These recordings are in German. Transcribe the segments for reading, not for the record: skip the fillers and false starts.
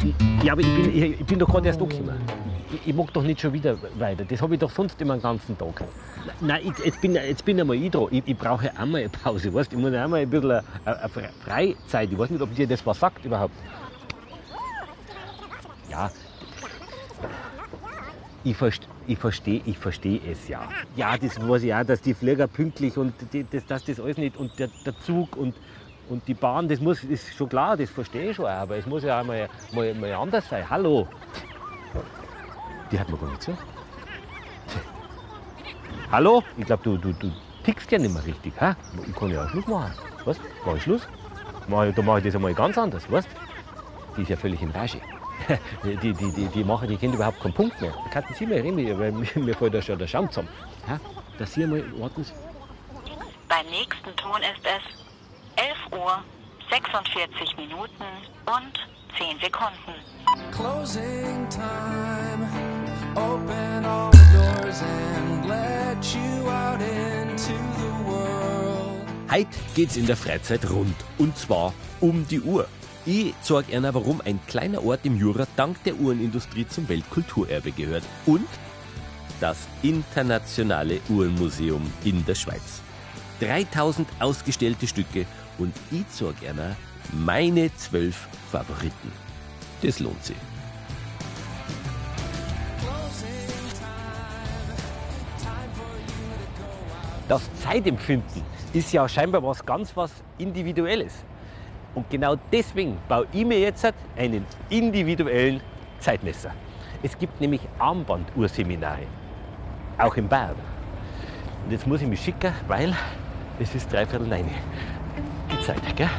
Ja, aber ich bin doch gerade erst angekommen. Ich mag doch nicht schon wieder weiter. Das habe ich doch sonst immer den ganzen Tag. Nein, jetzt bin einmal ich dran. Ich brauche auch mal eine Pause. Weißt? Ich muss auch mal ein bisschen eine Freizeit. Ich weiß nicht, ob dir das was sagt überhaupt. Ja, ich verstehe es, ja. Ja, das weiß ich auch, dass die Flieger pünktlich und dass das alles nicht. Und der Zug und die Bahn, das ist schon klar, das verstehe ich schon. Aber es muss ja auch mal anders sein. Hallo. Die hat mir gar nicht so. Hallo? Ich glaube, du tickst ja nicht mehr richtig. Hä? Ich kann ja auch Schluss machen. Was? Mach ich Schluss? Da mache ich das einmal ganz anders. Was? Die ist ja völlig in Rage. Die kennt überhaupt keinen Punkt mehr. Da kannten Sie mal reden, weil mir fällt da schon der Schaum zusammen. Hä? Dass Sie einmal, warten Sie. Beim nächsten Ton ist es 11 Uhr, 46 Minuten und 10 Sekunden. Closing time. Open all the doors and let you out into the world. Heute geht's in der Freizeit rund. Und zwar um die Uhr. Ich zeige Ihnen, warum ein kleiner Ort im Jura dank der Uhrenindustrie zum Weltkulturerbe gehört. Und das Internationale Uhrenmuseum in der Schweiz. 3000 ausgestellte Stücke und ich zeige Ihnen meine 12 Favoriten. Das lohnt sich. Das Zeitempfinden ist ja scheinbar was ganz Individuelles. Und genau deswegen baue ich mir jetzt einen individuellen Zeitmesser. Es gibt nämlich Armbanduhrseminare, auch in Bayern. Und jetzt muss ich mich schicken, weil es ist 9:15 die Zeit, gell?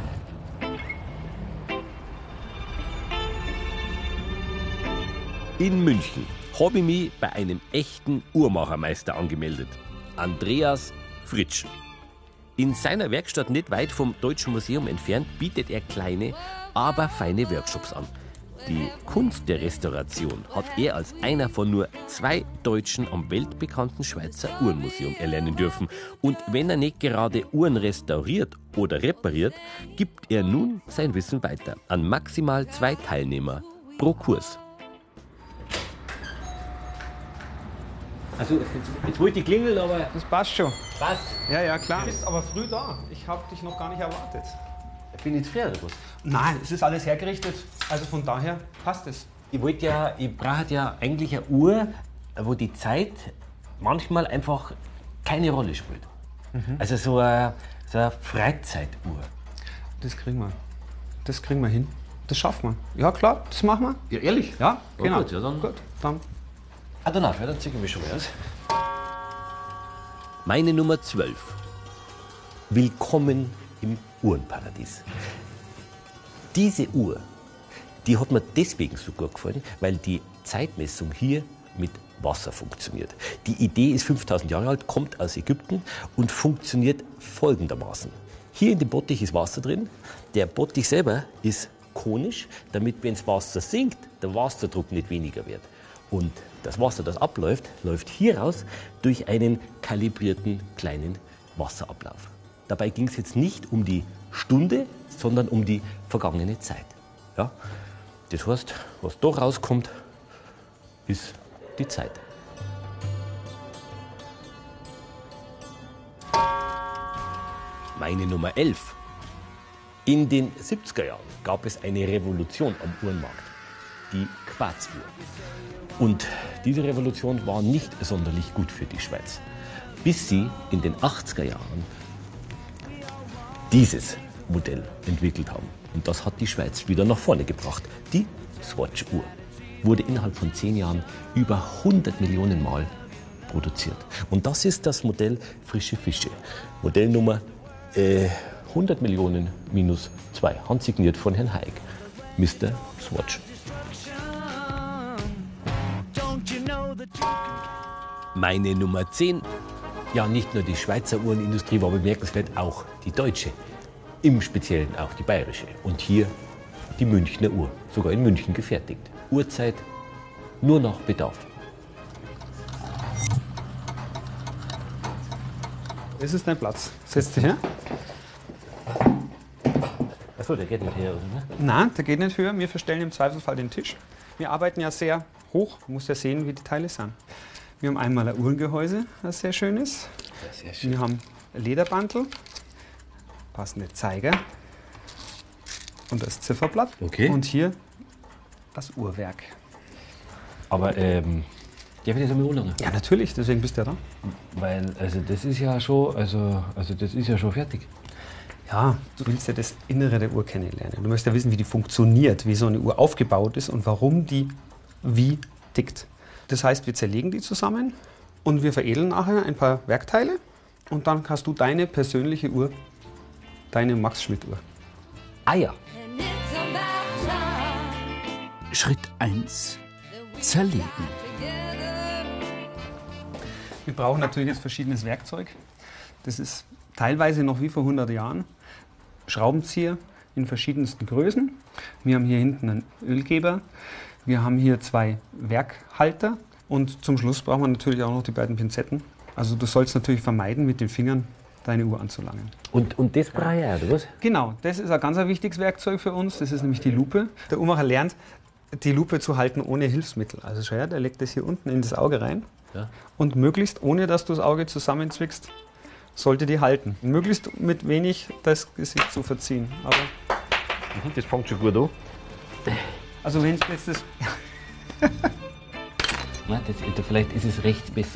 In München habe ich mich bei einem echten Uhrmachermeister angemeldet. Andreas Fritsch. In seiner Werkstatt nicht weit vom Deutschen Museum entfernt bietet er kleine, aber feine Workshops an. Die Kunst der Restauration hat er als einer von nur 2 Deutschen am weltbekannten Schweizer Uhrenmuseum erlernen dürfen. Und wenn er nicht gerade Uhren restauriert oder repariert, gibt er nun sein Wissen weiter an maximal 2 Teilnehmer pro Kurs. Also, jetzt wollte ich klingeln, aber Das passt schon. was? Ja, klar. Du bist aber früh da. Ich habe dich noch gar nicht erwartet. Ich bin jetzt früher oder was? Nein, es ist alles hergerichtet. Also von daher passt es. Ich brauche ja eigentlich eine Uhr, wo die Zeit manchmal einfach keine Rolle spielt. Also so eine Freizeituhr. Das kriegen wir. Das kriegen wir hin. Das schaffen wir. Ja, klar, das machen wir. Ja, ehrlich? Ja, genau. Gut, ja, dann. Gut, dann. Dann ziehen wir mich schon mal aus. Meine Nummer 12. Willkommen im Uhrenparadies. Diese Uhr, die hat mir deswegen so gut gefallen, weil die Zeitmessung hier mit Wasser funktioniert. Die Idee ist 5000 Jahre alt, kommt aus Ägypten und funktioniert folgendermaßen. Hier in dem Bottich ist Wasser drin. Der Bottich selber ist konisch, damit, wenn das Wasser sinkt, der Wasserdruck nicht weniger wird. Und das Wasser, das abläuft, läuft hier raus durch einen kalibrierten kleinen Wasserablauf. Dabei ging es jetzt nicht um die Stunde, sondern um die vergangene Zeit. Ja? Das heißt, was da rauskommt, ist die Zeit. Meine Nummer 11. In den 70er Jahren gab es eine Revolution am Uhrenmarkt, die Quarzuhr. Und diese Revolution war nicht sonderlich gut für die Schweiz, bis sie in den 80er Jahren dieses Modell entwickelt haben. Und das hat die Schweiz wieder nach vorne gebracht. Die Swatch-Uhr wurde innerhalb von 10 Jahren über 100 Millionen Mal produziert. Und das ist das Modell Frische Fische. Modellnummer 100 Millionen minus 2, handsigniert von Herrn Haig, Mr. Swatch. Meine Nummer 10. Ja, nicht nur die Schweizer Uhrenindustrie war bemerkenswert, auch die deutsche. Im Speziellen auch die bayerische. Und hier die Münchner Uhr, sogar in München gefertigt. Uhrzeit nur nach Bedarf. Das ist dein Platz. Setz dich her. Achso, Achso, der geht nicht her, oder? Ne? Nein, der geht nicht höher. Wir verstellen im Zweifelsfall den Tisch. Wir arbeiten ja sehr hoch. Man muss ja sehen, wie die Teile sind. Wir haben einmal ein Uhrengehäuse, das sehr schön ist. Sehr schön. Wir haben ein Lederbandel, passende Zeiger und das Zifferblatt. Okay. Und hier das Uhrwerk. Aber, der wird jetzt einmal anlangen. Ja, natürlich, deswegen bist du ja da. Weil, also das ist ja schon, also das ist ja schon fertig. Ja, du willst ja das Innere der Uhr kennenlernen. Du möchtest ja wissen, wie die funktioniert, wie so eine Uhr aufgebaut ist und warum die wie tickt. Das heißt, wir zerlegen die zusammen und wir veredeln nachher ein paar Werkteile und dann hast du deine persönliche Uhr, deine Max Schmidt-Uhr. Ah ja. Schritt 1. Zerlegen. Wir brauchen natürlich jetzt verschiedenes Werkzeug. Das ist teilweise noch wie vor 100 Jahren. Schraubenzieher in verschiedensten Größen. Wir haben hier hinten einen Ölgeber. Wir haben hier 2 Werkhalter. Und zum Schluss brauchen wir natürlich auch noch die beiden Pinzetten. Also du sollst natürlich vermeiden, mit den Fingern deine Uhr anzulangen. Und das brauche ich auch, oder was? Genau, das ist ein ganz wichtiges Werkzeug für uns. Das ist nämlich die Lupe. Der Uhrmacher lernt, die Lupe zu halten ohne Hilfsmittel. Also schau her, der legt das hier unten in das Auge rein. Ja. Und möglichst, ohne dass du das Auge zusammenzwickst, sollte die halten. Möglichst mit wenig das Gesicht zu verziehen. Aber Das fängt schon gut an. also wenn es jetzt das... Nein, vielleicht ist es rechts besser.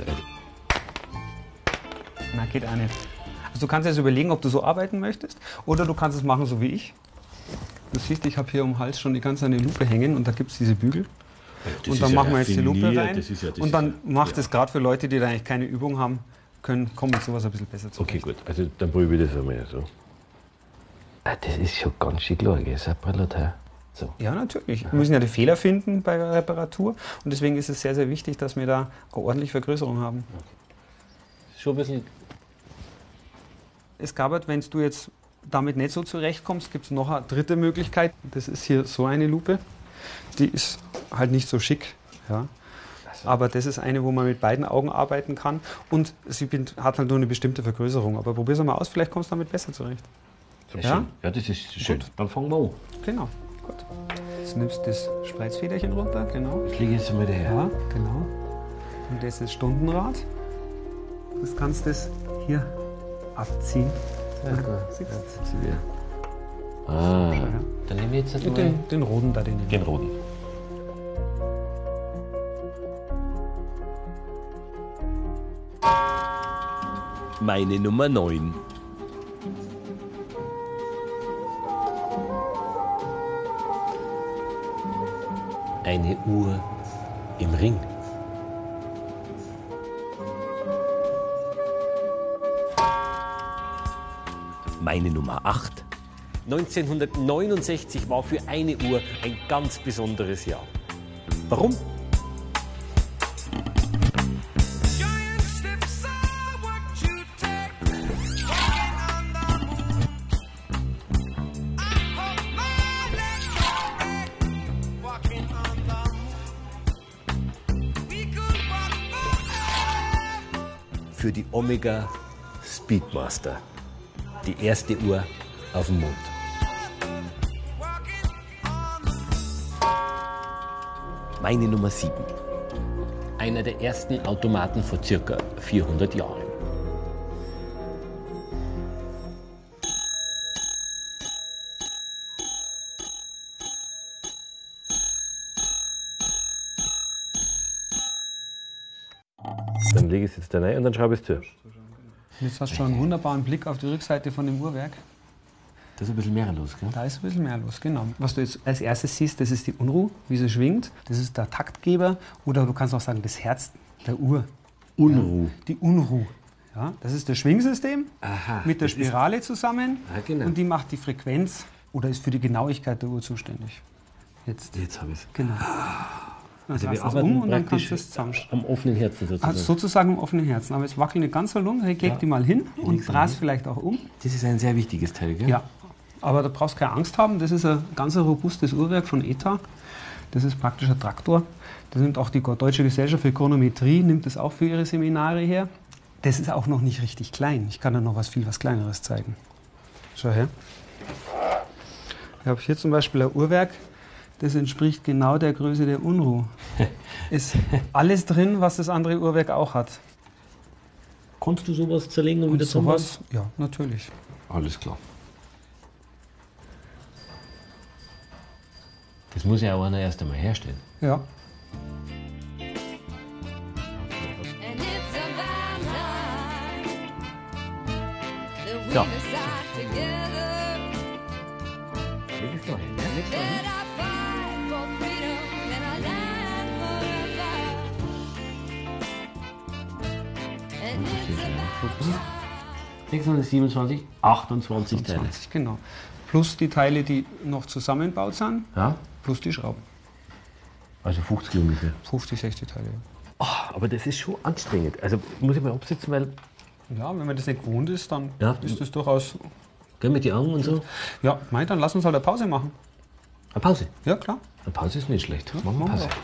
Na, geht auch nicht. Also du kannst jetzt überlegen, ob du so arbeiten möchtest oder du kannst es machen so wie ich. Du siehst, ich habe hier um den Hals schon die ganze Zeit eine Lupe hängen und da gibt es diese Bügel. Und dann machen wir jetzt die Lupe rein. Und dann macht es gerade für Leute, die da eigentlich keine Übung haben, kommen mit sowas ein bisschen besser zurecht. Okay, gut. Also dann probiere ich das einmal so. Das ist schon ganz schön klar, gell? So. Ja, natürlich. Wir müssen ja die Fehler finden bei der Reparatur und deswegen ist es sehr, sehr wichtig, dass wir da eine ordentliche Vergrößerung haben. Schon ein bisschen. Es gab halt, wenn du jetzt damit nicht so zurechtkommst, gibt es noch eine dritte Möglichkeit. Das ist hier so eine Lupe. Die ist halt nicht so schick. Ja. Aber das ist eine, wo man mit beiden Augen arbeiten kann und sie hat halt nur eine bestimmte Vergrößerung. Aber probier es mal aus, vielleicht kommst du damit besser zurecht. Ja? Ja? Ja, das ist schön. Gut. Dann fangen wir an. Genau. Gut. Jetzt nimmst du das Spreizfederchen runter, genau. Das lege ich jetzt mal daher. Ja, genau. Und das ist Stundenrad. Das kannst du hier abziehen. Siehst du? Ah, Ja. dann nehme ich jetzt Und mal den roten da drin. den roten. Meine Nummer 9. Eine Uhr im Ring. Meine Nummer 8. 1969 war für eine Uhr ein ganz besonderes Jahr. Warum? Für die Omega Speedmaster. Die erste Uhr auf dem Mond. Meine Nummer 7. Einer der ersten Automaten vor circa 400 Jahren. Dann lege ich es jetzt da rein und dann schraube ich es zu. Jetzt hast du schon einen wunderbaren Blick auf die Rückseite von dem Uhrwerk. Da ist ein bisschen mehr los, gell? Da ist ein bisschen mehr los, genau. Was du jetzt als erstes siehst, das ist die Unruhe, wie sie schwingt. Das ist der Taktgeber oder du kannst auch sagen, das Herz der Uhr. Unruhe. Ja, die Unruhe. Ja, das ist das Schwingsystem Aha, mit der das ist- Spirale zusammen. Ah, genau. Und die macht die Frequenz oder ist für die Genauigkeit der Uhr zuständig. Jetzt. Jetzt habe ich es. Genau. Dann Also wir drehst du es arbeiten und dann kannst praktisch du es zusammenstellen. am offenen Herzen sozusagen. Also sozusagen im offenen Herzen. Aber jetzt wackelt nicht ganz so lang. Leg die mal hin und dreh es vielleicht auch um. Das ist ein sehr wichtiges Teil, gell? Ja, aber da brauchst du keine Angst haben. Das ist ein ganz robustes Uhrwerk von ETA. Das ist praktisch ein Traktor. Das nimmt auch die Deutsche Gesellschaft für Chronometrie, nimmt das auch für ihre Seminare her. Das ist auch noch nicht richtig klein. Ich kann da noch viel was Kleineres zeigen. Schau her. Ich habe hier zum Beispiel ein Uhrwerk, das entspricht genau der Größe der Unruh. Ist alles drin, was das andere Uhrwerk auch hat. Kannst du sowas zerlegen und wieder zusammenbauen? Sowas? Ja, natürlich. Alles klar. Das muss ja auch einer erst einmal herstellen. Ja. So. Leg es da hin. Leg es da hin. 627, 28 Teile. 20, genau. Plus die Teile, die noch zusammenbaut sind, Ja, plus die Schrauben. also 50 ungefähr. 50, 60 Teile. Aber das ist schon anstrengend. Also muss ich mal absitzen, weil Ja, wenn man das nicht gewohnt ist, dann Ja. ist das durchaus... gell, mit den Augen und so. Ja, mei, dann lass uns halt eine Pause machen. Eine Pause. Ja, klar. Eine Pause ist nicht schlecht. Machen wir Pause.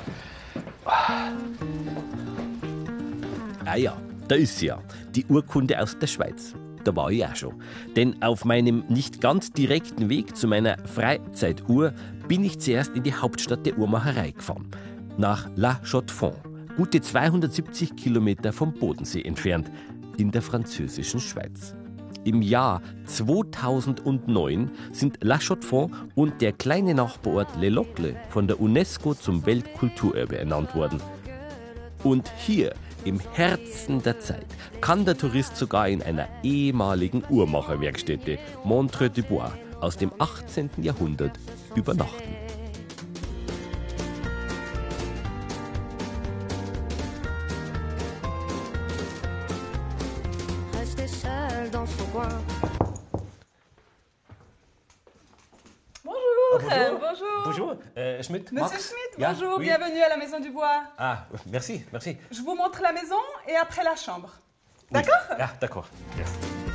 Ah ja, da ist sie ja. Die Urkunde aus der Schweiz. Da war ich auch schon. Denn auf meinem nicht ganz direkten Weg zu meiner Freizeituhr bin ich zuerst in die Hauptstadt der Uhrmacherei gefahren. Nach La Chaux-de-Fonds. Gute 270 Kilometer vom Bodensee entfernt. In der französischen Schweiz. Im Jahr 2009 sind La Chaux-de-Fonds und der kleine Nachbarort Le Locle von der UNESCO zum Weltkulturerbe ernannt worden. Und hier, im Herzen der Zeit, kann der Tourist sogar in einer ehemaligen Uhrmacherwerkstätte Montreux du Bois aus dem 18. Jahrhundert übernachten. Rester seul dans son coin. Bonjour. Bonjour, Schmidt, Monsieur Max. Schmidt, Ja, bonjour, oui. bienvenue à la Maison du Bois. Ah, merci, merci. Je vous montre la maison et après la chambre. D'accord? Ja, d'accord. Ja.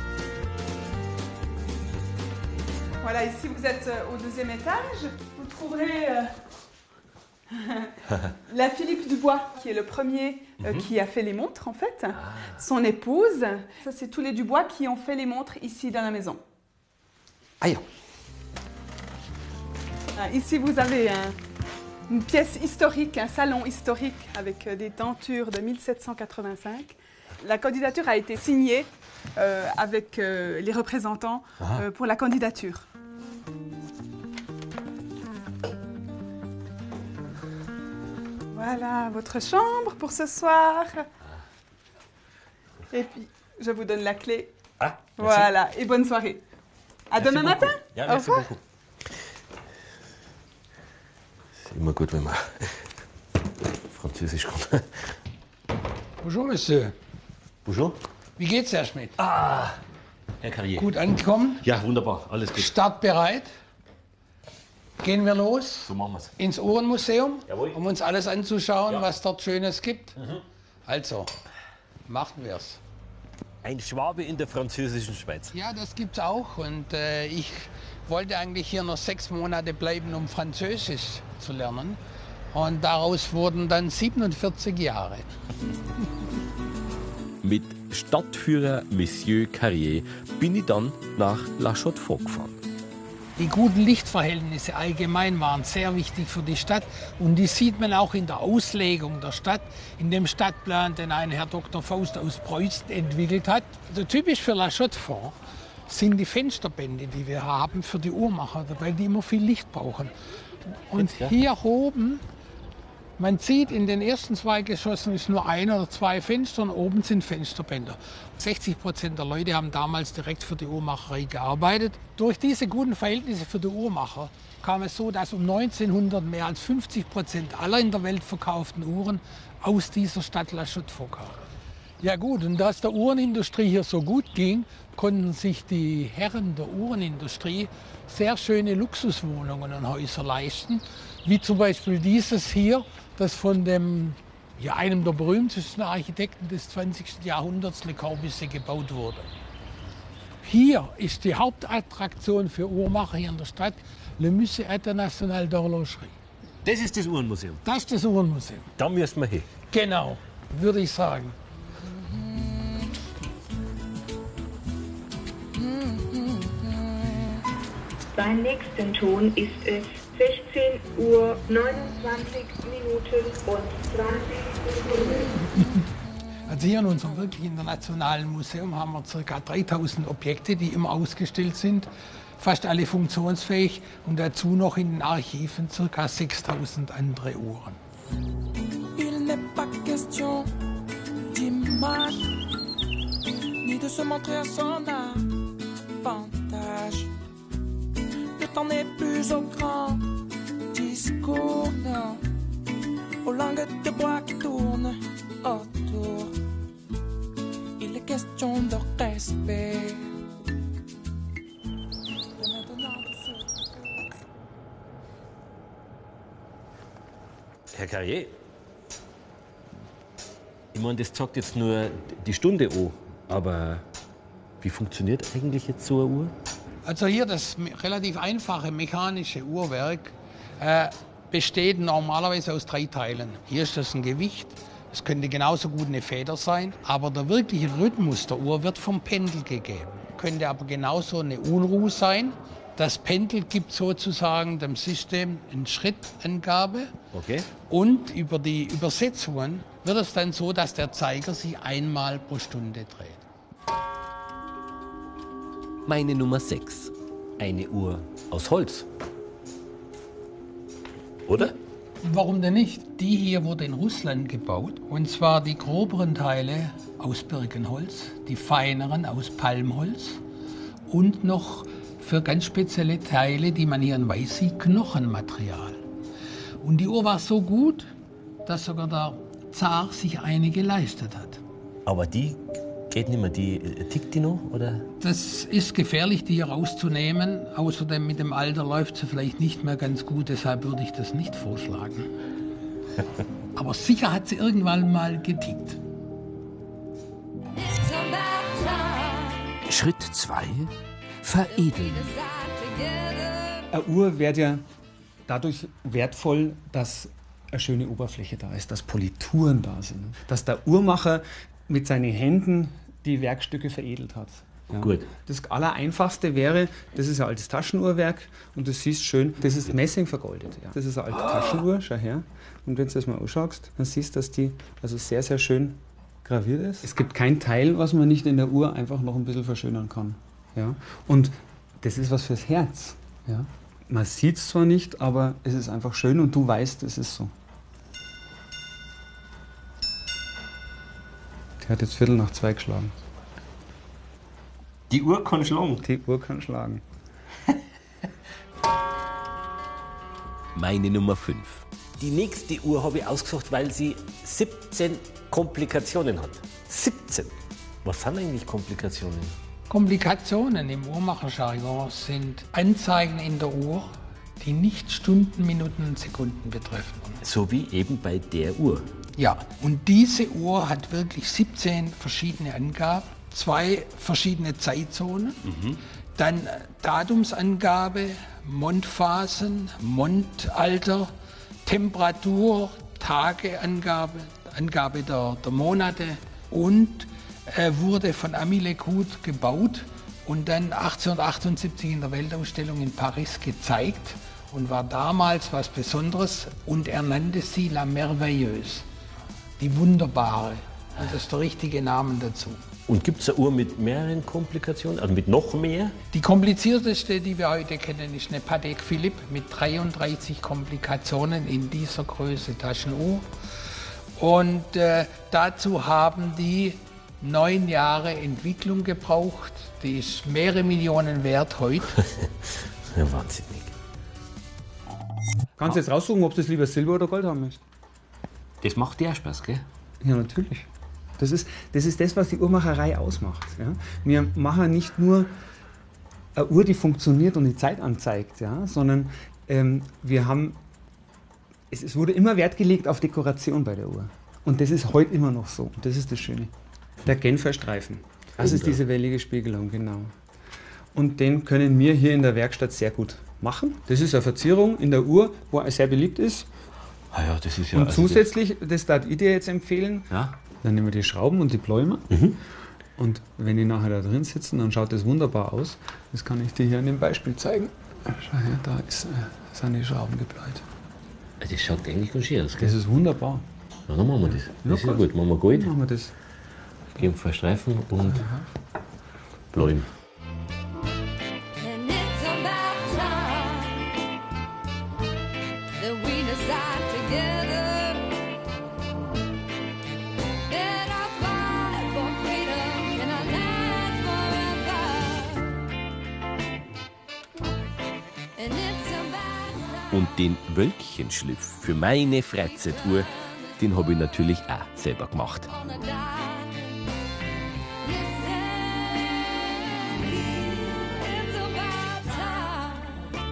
Voilà, ici vous êtes au deuxième étage. Vous trouverez la Philippe Dubois, qui est le premier qui a fait les montres en fait. Son épouse. Ça, c'est tous les Dubois qui ont fait les montres ici dans la maison. Ah ja. Ah, ici, vous avez une pièce historique, un salon historique avec des tentures de 1785. La candidature a été signée avec les représentants pour la candidature. Voilà votre chambre pour ce soir. Et puis, je vous donne la clé. Ah, merci. Voilà, et bonne soirée. À demain Merci matin. beaucoup. Ja, Au merci revoir. beaucoup. Ist immer gut, wenn man Französisch kann. Bonjour, Monsieur. Bonjour. Wie geht's, Herr Schmidt? Herr Carrier. Gut angekommen? Ja, wunderbar, alles gut. Startbereit? Gehen wir los So machen wir's. ins Uhrenmuseum, Jawohl. um uns alles anzuschauen, Ja. was dort Schönes gibt? Also, machen wir's. Ein Schwabe in der französischen Schweiz. Ja, das gibt's auch. Und ich wollte eigentlich hier noch 6 Monate bleiben, um Französisch zu lernen. Und daraus wurden dann 47 Jahre. Mit Stadtführer Monsieur Carrier bin ich dann nach La Chaux-de-Fonds gefahren. Die guten Lichtverhältnisse allgemein waren sehr wichtig für die Stadt. Und die sieht man auch in der Auslegung der Stadt, in dem Stadtplan, den ein Herr Dr. Faust aus Preußen entwickelt hat. Also typisch für La Chaux-de-Fonds sind die Fensterbände, die wir haben für die Uhrmacher, weil die immer viel Licht brauchen. Und hier oben, man sieht, in den ersten 2 Geschossen ist nur 1 oder 2 Fenster und oben sind Fensterbänder. 60% der Leute haben damals direkt für die Uhrmacherei gearbeitet. Durch diese guten Verhältnisse für die Uhrmacher kam es so, dass um 1900 mehr als 50% aller in der Welt verkauften Uhren aus dieser Stadt La Chaux-de-Fonds kamen. Ja gut, und dass der Uhrenindustrie hier so gut ging, konnten sich die Herren der Uhrenindustrie sehr schöne Luxuswohnungen und Häuser leisten, wie zum Beispiel dieses hier, das von einem der berühmtesten Architekten des 20. Jahrhunderts, Le Corbusier, gebaut wurde. Hier ist die Hauptattraktion für Uhrmacher hier in der Stadt, Le Musée International d'Horlogerie. Das ist das Uhrenmuseum. Das ist das Uhrenmuseum. Da müssen wir hin. Genau, würde ich sagen. Beim nächsten Ton ist es 16 Uhr 29 Minuten und 20 Sekunden. Also hier in unserem wirklich internationalen Museum haben wir ca. 3000 Objekte, die immer ausgestellt sind. Fast alle funktionsfähig und dazu noch in den Archiven ca. 6000 andere Uhren. Il n'est pas question d'image, ni de se montrer à son avantage. Le temps n'est plus au grand discours, non, aux langues de bois qui tournent autour. Il est question de respect. Herr Carrier, ich meine, das zeigt jetzt nur die Stunde an, aber wie funktioniert eigentlich jetzt so eine Uhr? Also hier das relativ einfache mechanische Uhrwerk besteht normalerweise aus 3 Teilen. Hier ist das ein Gewicht, es könnte genauso gut eine Feder sein, aber der wirkliche Rhythmus der Uhr wird vom Pendel gegeben. Könnte aber genauso eine Unruhe sein. Das Pendel gibt sozusagen dem System eine Schrittangabe. Okay. Und über die Übersetzungen wird es dann so, dass der Zeiger sich einmal pro Stunde dreht. Meine Nummer 6. Eine Uhr aus Holz. Oder? Warum denn nicht? Die hier wurde in Russland gebaut. Und zwar die groberen Teile aus Birkenholz, die feineren aus Palmholz und noch für ganz spezielle Teile, die man hier in Weiß sieht, Knochenmaterial. Und die Uhr war so gut, dass sogar der Zar sich eine geleistet hat. Aber die geht nicht mehr, die tickt die noch, oder? Das ist gefährlich, die hier rauszunehmen. Außerdem mit dem Alter läuft sie vielleicht nicht mehr ganz gut, deshalb würde ich das nicht vorschlagen. Aber sicher hat sie irgendwann mal getickt. Schritt 2. Veredeln. Eine Uhr wird ja dadurch wertvoll, dass eine schöne Oberfläche da ist, dass Polituren da sind, dass der Uhrmacher mit seinen Händen die Werkstücke veredelt hat. Ja. Gut. Das Allereinfachste wäre, das ist ein altes Taschenuhrwerk und du siehst schön, das ist Messing vergoldet. Ja. Das ist eine alte Taschenuhr, schau her. Und wenn du das mal anschaust, dann siehst du, dass die also sehr, sehr schön graviert ist. Es gibt kein Teil, was man nicht in der Uhr einfach noch ein bisschen verschönern kann. Ja. Und das ist was fürs Herz. Ja. Man sieht es zwar nicht, aber es ist einfach schön und du weißt, es ist so. Die hat jetzt 1:45 geschlagen. Die Uhr kann schlagen. Die Uhr kann schlagen. Meine Nummer 5. Die nächste Uhr habe ich ausgesucht, weil sie 17 Komplikationen hat. 17. Was sind eigentlich Komplikationen? Komplikationen im Uhrmacherjargon sind Anzeigen in der Uhr, die nicht Stunden, Minuten und Sekunden betreffen. So wie eben bei der Uhr. Ja, und diese Uhr hat wirklich 17 verschiedene Angaben, 2 verschiedene Zeitzonen, dann Datumsangabe, Mondphasen, Mondalter, Temperatur, Tageangabe, Angabe der Monate und wurde von Ami Lecout gebaut und dann 1878 in der Weltausstellung in Paris gezeigt und war damals was Besonderes und er nannte sie La Merveilleuse, die Wunderbare. Und das ist der richtige Name dazu. Und gibt es eine Uhr mit mehreren Komplikationen, also mit noch mehr? Die komplizierteste, die wir heute kennen, ist eine Patek Philippe mit 33 Komplikationen in dieser Größe Taschenuhr. Und dazu haben die 9 Jahre Entwicklung gebraucht. Die ist mehrere Millionen wert heute. Ja, wahnsinnig. Kannst du jetzt raussuchen, ob du das lieber Silber oder Gold haben möchtest? Das macht dir auch Spaß, gell? Ja, natürlich. Das ist das, was die Uhrmacherei ausmacht. Ja? Wir machen nicht nur eine Uhr, die funktioniert und die Zeit anzeigt, ja? Sondern es wurde immer Wert gelegt auf Dekoration bei der Uhr. Und das ist heute immer noch so. Und das ist das Schöne. Der Genfer Streifen. Das ist diese wellige Spiegelung, genau. Und den können wir hier in der Werkstatt sehr gut machen. Das ist eine Verzierung in der Uhr, wo er sehr beliebt ist. Ah ja, das ist ja. Und zusätzlich, das darf ich dir jetzt empfehlen, ja? Dann nehmen wir die Schrauben und die Bläume. Und wenn die nachher da drin sitzen, dann schaut das wunderbar aus. Das kann ich dir hier an dem Beispiel zeigen. Schau her, da sind die Schrauben gebläut. Das schaut eigentlich ganz schön aus. Das ist wunderbar. Ja, dann machen wir das. Das ist ja gut. Machen wir Gold, Machen wir das. geben Verstreifen und bleiben. And it's about time that we decide together that our fight for freedom cannot last forever. And it's about time. Und den Wölkchenschliff für meine Freizeituhr, den habe ich natürlich auch selber gemacht. On a dime. Listen, it's about time.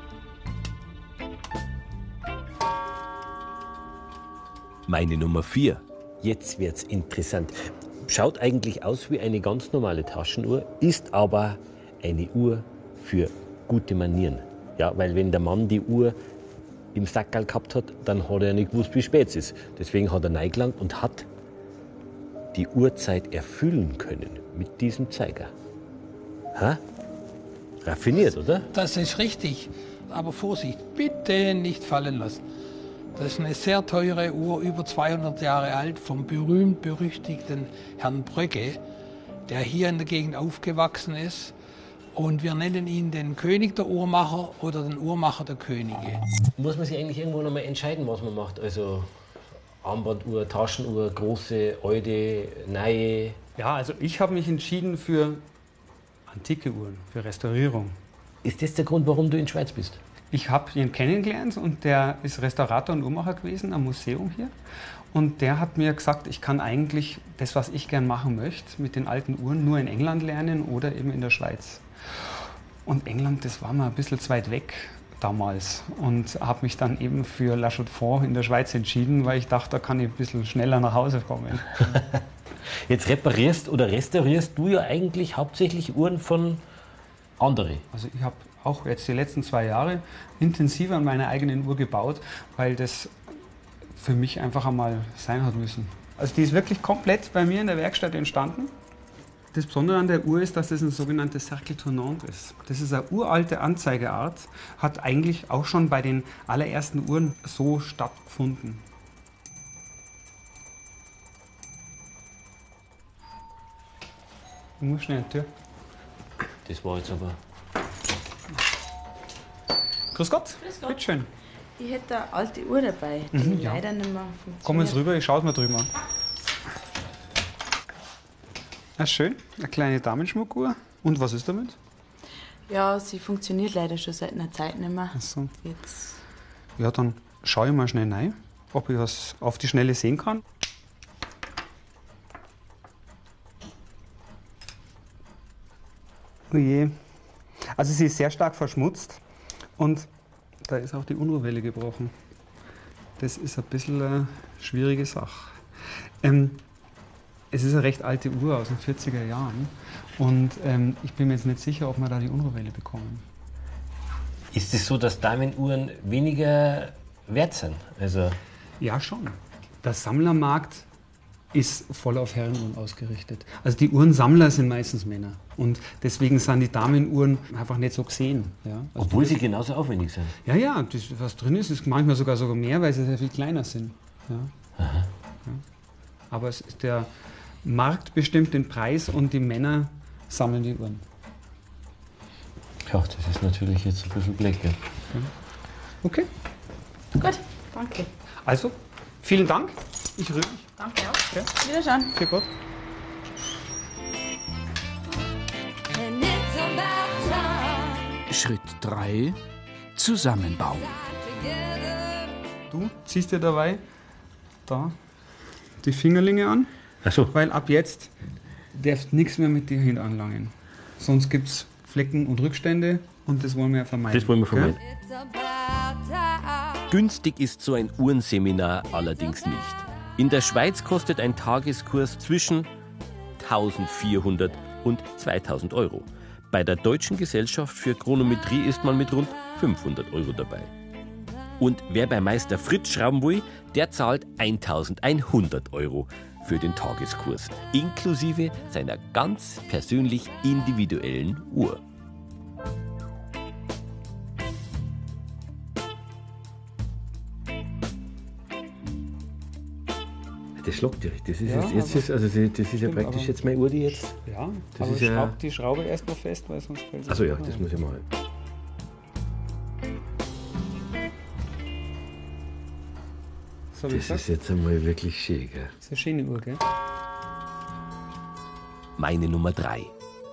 Meine Nummer 4. Jetzt wird's interessant. Schaut eigentlich aus wie eine ganz normale Taschenuhr, ist aber eine Uhr für gute Manieren. Ja, weil wenn der Mann die Uhr im Sackerl gehabt hat, dann hat er nicht gewusst, wie spät es ist. Deswegen hat er reingelangt und hat die Uhrzeit erfüllen können mit diesem Zeiger. Ha? Raffiniert, oder? Das ist richtig. Aber Vorsicht, bitte nicht fallen lassen. Das ist eine sehr teure Uhr, über 200 Jahre alt, vom berühmt-berüchtigten Herrn Brögge, der hier in der Gegend aufgewachsen ist. Und wir nennen ihn den König der Uhrmacher oder den Uhrmacher der Könige. Muss man sich eigentlich irgendwo noch mal entscheiden, was man macht? Also Armbanduhr, Taschenuhr, große, alte, neue. Ja, also ich habe mich entschieden für antike Uhren, für Restaurierung. Ist das der Grund, warum du in Schweiz bist? Ich habe ihn kennengelernt und der ist Restaurator und Uhrmacher gewesen am Museum hier. Und der hat mir gesagt, ich kann eigentlich das, was ich gern machen möchte, mit den alten Uhren nur in England lernen oder eben in der Schweiz. Und England, das war mir ein bisschen zu weit weg damals. Und habe mich dann eben für La Chaux-de-Fonds in der Schweiz entschieden, weil ich dachte, da kann ich ein bisschen schneller nach Hause kommen. Jetzt reparierst oder restaurierst du ja eigentlich hauptsächlich Uhren von anderen. Also ich habe auch jetzt die letzten 2 Jahre intensiver an meiner eigenen Uhr gebaut, weil das für mich einfach einmal sein hat müssen. Also die ist wirklich komplett bei mir in der Werkstatt entstanden. Das Besondere an der Uhr ist, dass es ein sogenanntes Cercle Tournant ist. Das ist eine uralte Anzeigeart, hat eigentlich auch schon bei den allerersten Uhren so stattgefunden. Ich muss schnell in die Tür. Das war jetzt aber. Grüß Gott. Grüß Gott. Bitte schön. Ich hätte eine alte Uhr dabei, die ja. leider nicht mehr funktioniert. Kommen Sie rüber, ich schaue es mir drüben an. Ja, schön, eine kleine Damenschmuckuhr. Und was ist damit? Ja, sie funktioniert leider schon seit einer Zeit nicht mehr. Ach so. Jetzt. Ja, dann schaue ich mal schnell rein, ob ich was auf die Schnelle sehen kann. Oh je. Also sie ist sehr stark verschmutzt und da ist auch die Unruhwelle gebrochen. Das ist ein bisschen eine schwierige Sache. Es ist eine recht alte Uhr aus den 40er Jahren und ich bin mir jetzt nicht sicher, ob wir da die Unruhwelle bekommen. Ist es so, dass Damenuhren weniger wert sind? Also Ja, schon. Der Sammlermarkt ist voll auf Herrenuhren ausgerichtet. Also die Uhrensammler sind meistens Männer und deswegen sind die Damenuhren einfach nicht so gesehen. Ja? Also obwohl sie genauso aufwendig sind. Ja, ja, das, was drin ist, ist manchmal sogar mehr, weil sie sehr viel kleiner sind. Ja. Ja. Aber es ist der Markt bestimmt den Preis und die Männer sammeln die Uhren. Ja, das ist natürlich jetzt ein bisschen blöd. Ja. Okay. Gut, danke. Also, vielen Dank. Ich rühre mich. Danke auch. Ja. Wiederschauen. Für Gott. And it's about time. Schritt 3. Zusammenbauen. Together. Du ziehst dir dabei da die Fingerlinge an, Ach so. weil ab jetzt darfst nichts mehr mit dir hinanlangen. Sonst gibt es Flecken und Rückstände und das wollen wir vermeiden. Das wollen wir vermeiden. It's about time. Günstig ist so ein Uhrenseminar allerdings nicht. In der Schweiz kostet ein Tageskurs zwischen 1.400 und 2.000 Euro. Bei der Deutschen Gesellschaft für Chronometrie ist man mit rund 500 Euro dabei. Und wer bei Meister Fritz schrauben will, der zahlt 1.100 Euro für den Tageskurs, inklusive seiner ganz persönlich individuellen Uhr. Das schlagt direkt. Das ist Ja, jetzt aber- das ist ja stimmt, praktisch aber- jetzt meine Uhr, die jetzt. Ja, Das aber ist ja- schraub die Schraube erstmal fest, weil sonst fällt sie. Also ja, runter. das muss ich mal. So, wie Das gesagt, ist jetzt einmal wirklich schön, gell? das ist eine schöne Uhr, gell? Meine Nummer 3.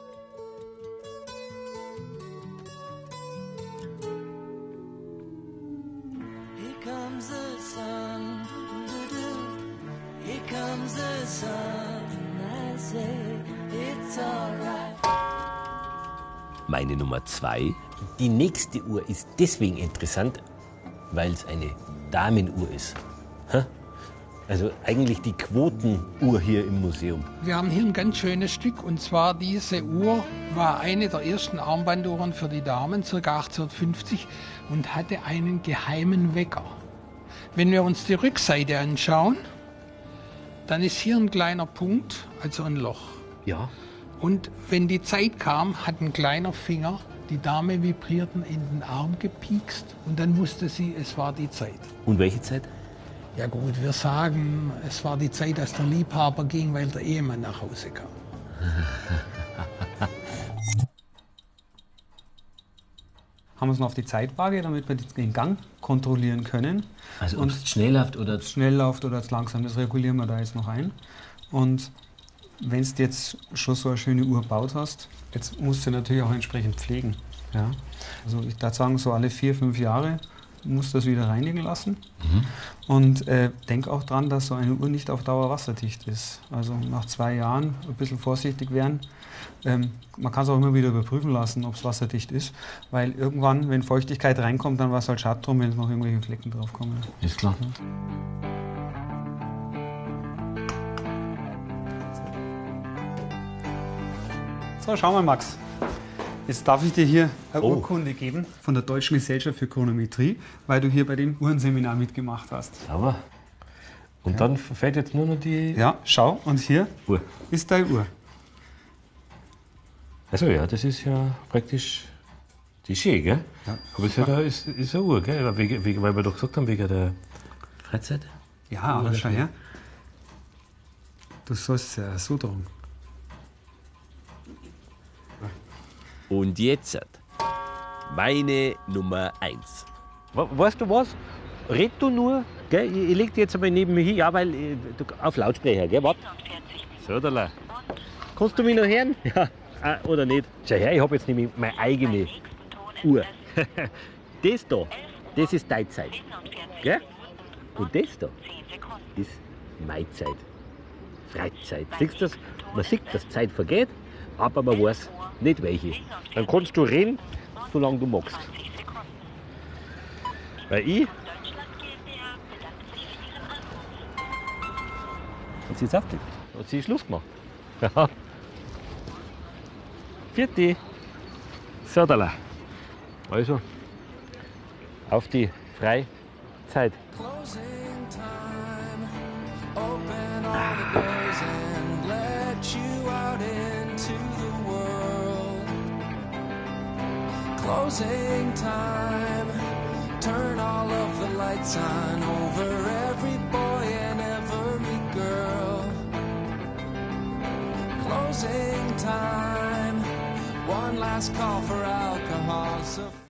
Here comes the sun, here comes the sun. I say it's alright. Meine Nummer 2. Die nächste Uhr ist deswegen interessant, weil es eine Damenuhr ist. Hä? Also eigentlich die Quotenuhr hier im Museum. Wir haben hier ein ganz schönes Stück und zwar diese Uhr war eine der ersten Armbanduhren für die Damen, ca. 1850 und hatte einen geheimen Wecker. Wenn wir uns die Rückseite anschauen, dann ist hier ein kleiner Punkt, also ein Loch. Ja. Und wenn die Zeit kam, hat ein kleiner Finger die Dame vibrierten in den Arm gepiekst und dann wusste sie, es war die Zeit. Und welche Zeit? Ja gut, wir sagen, es war die Zeit, dass der Liebhaber ging, weil der Ehemann nach Hause kam. Haben wir es noch auf die Zeitwaage, damit wir den Gang kontrollieren können. Also ob es schnell läuft oder Ob es schnell läuft oder es langsam, das regulieren wir da jetzt noch ein. Und wenn du jetzt schon so eine schöne Uhr gebaut hast, jetzt musst du natürlich auch entsprechend pflegen. Ja? Also ich würde sagen, so alle 4, 5 Jahre musst du das wieder reinigen lassen. Und denk auch dran, dass so eine Uhr nicht auf Dauer wasserdicht ist. Also nach 2 Jahren ein bisschen vorsichtig werden. Man kann es auch immer wieder überprüfen lassen, ob es wasserdicht ist. Weil irgendwann, wenn Feuchtigkeit reinkommt, dann war es halt schade drum, wenn noch irgendwelche Flecken drauf kommen. Ist klar. So, schau mal, Max. Jetzt darf ich dir hier eine Urkunde geben von der Deutschen Gesellschaft für Chronometrie, weil du hier bei dem Uhrenseminar mitgemacht hast. Sauber. Und dann fällt jetzt nur noch die Ja, schau, und hier Uhr. ist deine Uhr. Also ja, das ist ja praktisch die schön, gell? Ja. Aber es ist eine Uhr, gell? Weil wir doch gesagt haben, wegen der Freizeit. Ja, aber schau her. Du sollst ja so drum. Und jetzt meine Nummer 1. Weißt du was? Red du nur, gell? Ich leg die jetzt einmal neben mir hin, ja, weil du, auf Lautsprecher, gell? Warte. So, da. Kannst du mich noch hören? Ja, oder nicht? Schau her, ich habe jetzt nämlich meine eigene Uhr. Das da, das ist deine Zeit. Gell? Und das da ist meine Zeit. Freizeit. Siehst du das? Man sieht, dass die Zeit vergeht, aber man weiß nicht welche. Dann kannst du reden, solange du magst. Weil ich. Hat sie jetzt aufgelegt? Hat sie Schluss gemacht? Ja. Vierte. So, da. Also, auf die Freizeit. Closing time. Open all the doors and let you out into the world. Closing time. Turn all of the lights on over every boy and every girl. Closing time. One last call for alcohol. So